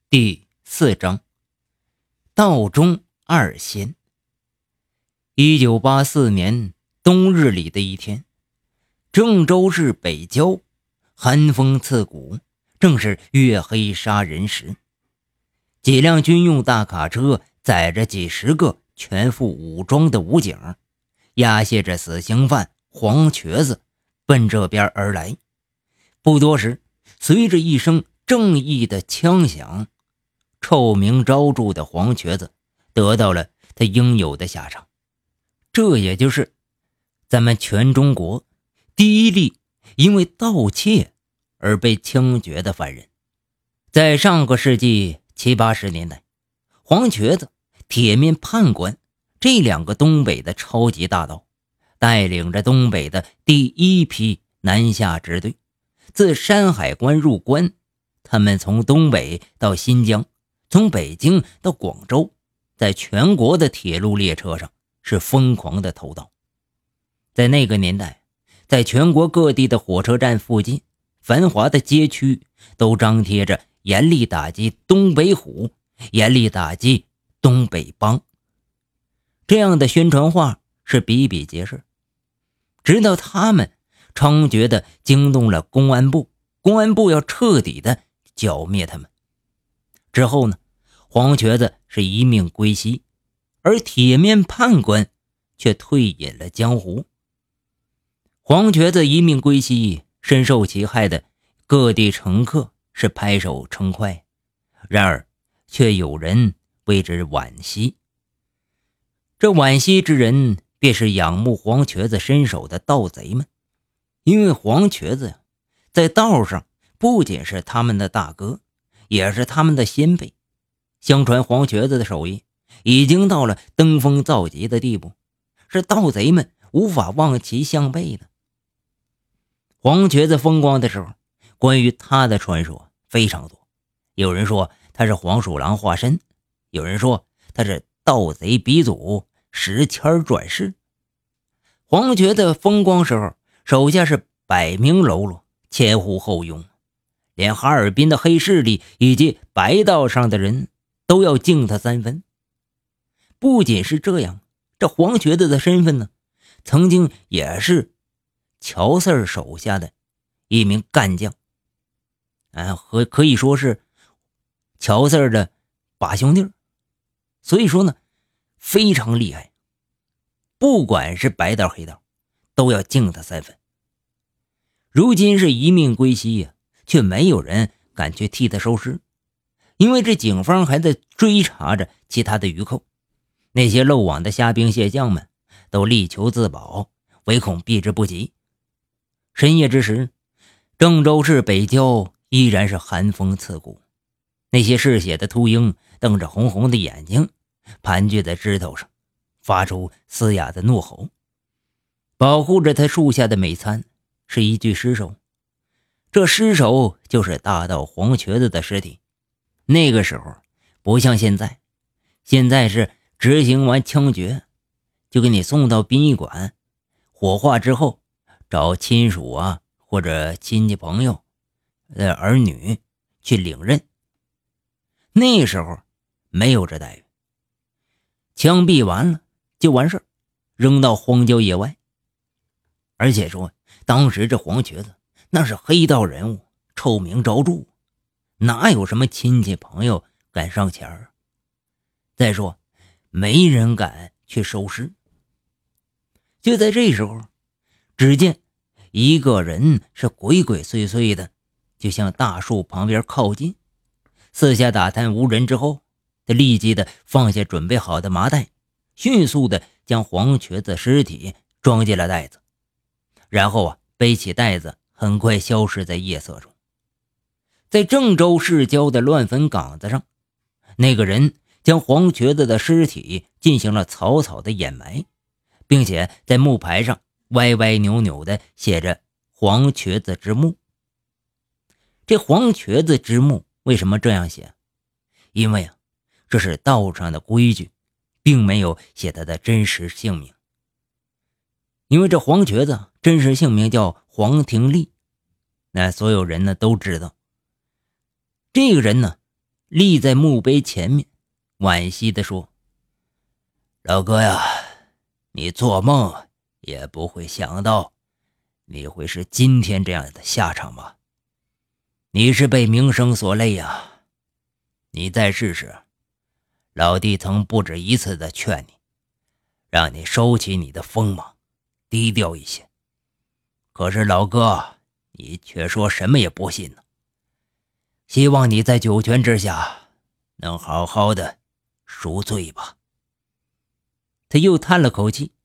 第4章道中二仙。1984年冬日里的一天，郑州市北郊，寒风刺骨，正是月黑杀人时。几辆军用大卡车载着几十个全副武装的武警，押解着死刑犯黄瘸子奔这边而来。不多时，随着一声正义的枪响，臭名昭著的黄瘸子得到了他应有的下场。这也就是咱们全中国第一例因为盗窃而被枪决的犯人。在上个世纪70、80年代，黄瘸子、铁面判官这两个东北的超级大盗，带领着东北的第一批南下支队，自山海关入关。他们从东北到新疆，从北京到广州，在全国的铁路列车上是疯狂的偷盗。在那个年代，在全国各地的火车站附近，繁华的街区都张贴着严厉打击东北虎，严厉打击东北帮，这样的宣传画是比比皆是。直到他们猖獗的惊动了公安部，公安部要彻底的剿灭他们。之后呢，黄瘸子是一命归西，而铁面判官却退隐了江湖。黄瘸子一命归西，深受其害的各地乘客是拍手称快，然而却有人为之惋惜。这惋惜之人便是仰慕黄瘸子身手的盗贼们，因为黄瘸子在道上不仅是他们的大哥，也是他们的先辈。相传黄瘸子的手艺已经到了登峰造极的地步，是盗贼们无法望其项背的。黄瘸子风光的时候，关于他的传说非常多。有人说他是黄鼠狼化身，有人说他是盗贼鼻祖石谦转世。黄瘸子风光时候，手下是百名喽啰，前呼后拥，连哈尔滨的黑势力以及白道上的人都要敬他3分。不仅是这样，这黄瘸子的身份呢，曾经也是乔四儿手下的一名干将，可以说是乔四儿的把兄弟，所以说呢，非常厉害。不管是白道黑道，都要敬他3分。如今是一命归西呀，却没有人敢去替他收尸，因为这警方还在追查着其他的余寇。那些漏网的虾兵蟹将们都力求自保，唯恐避之不及。深夜之时，郑州市北郊依然是寒风刺骨，那些嗜血的秃鹰瞪着红红的眼睛，盘踞在枝头上，发出嘶哑的怒吼。保护着他树下的美餐是一具尸首，这尸首就是大盗黄瘸子的尸体。那个时候不像现在，现在是执行完枪决就给你送到殡仪馆，火化之后找亲属啊或者亲戚朋友的儿女去领认。那时候没有这待遇，枪毙完了就完事儿，扔到荒郊野外。而且说当时这黄瘸子那是黑道人物，臭名昭著，哪有什么亲戚朋友敢上前儿？再说没人敢去收尸。就在这时候，只见一个人是鬼鬼祟祟的就向大树旁边靠近，四下打探无人之后，他立即的放下准备好的麻袋，迅速的将黄瘸子尸体装进了袋子，然后背起袋子很快消失在夜色中。在郑州市郊的乱坟岗子上，那个人将黄瘸子的尸体进行了草草的掩埋，并且在木牌上歪歪扭扭的写着黄瘸子之墓。这黄瘸子之墓为什么这样写？因为这是道上的规矩，并没有写他的真实姓名。因为这黄瘸子真实姓名叫黄廷利，那所有人呢都知道。这个人呢立在墓碑前面，惋惜地说：“老哥呀，你做梦也不会想到你会是今天这样的下场吧？你是被名声所累呀。你再试试，老弟曾不止一次的劝你，让你收起你的锋芒，低调一些。可是老哥，你却说什么也不信呢。希望你在九泉之下能好好的赎罪吧。”他又叹了口气：“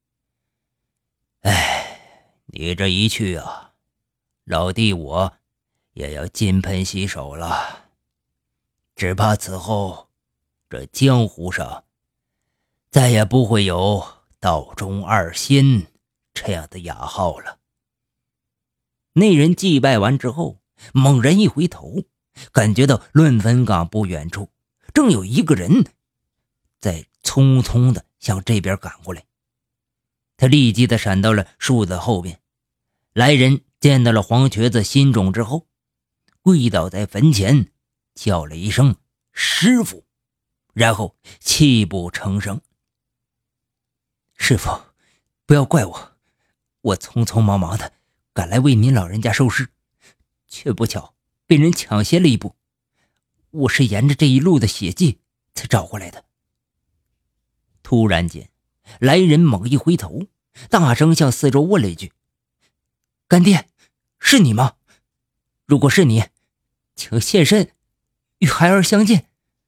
哎，你这一去啊，老弟我也要金盆洗手了。只怕此后这江湖上再也不会有道中二仙这样的雅号了。”那人祭拜完之后，猛然一回头，感觉到乱坟岗不远处正有一个人在匆匆的向这边赶过来。他立即的闪到了树的后边。来人见到了黄瘸子心中之后，跪倒在坟前，叫了一声师傅，然后泣不成声：“师傅，不要怪我，我匆匆忙忙的赶来为您老人家收尸，却不巧被人抢先了一步，我是沿着这一路的血迹才找过来的。”突然间，来人猛一回头，大声向四周问了一句：“干爹，是你吗？如果是你，请现身，与孩儿相见。”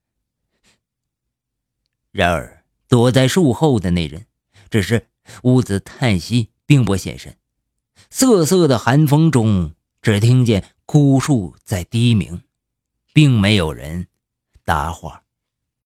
然而躲在树后的那人只是兀自叹息，并不现身。瑟瑟的寒风中，只听见枯树在低鸣，并没有人答话。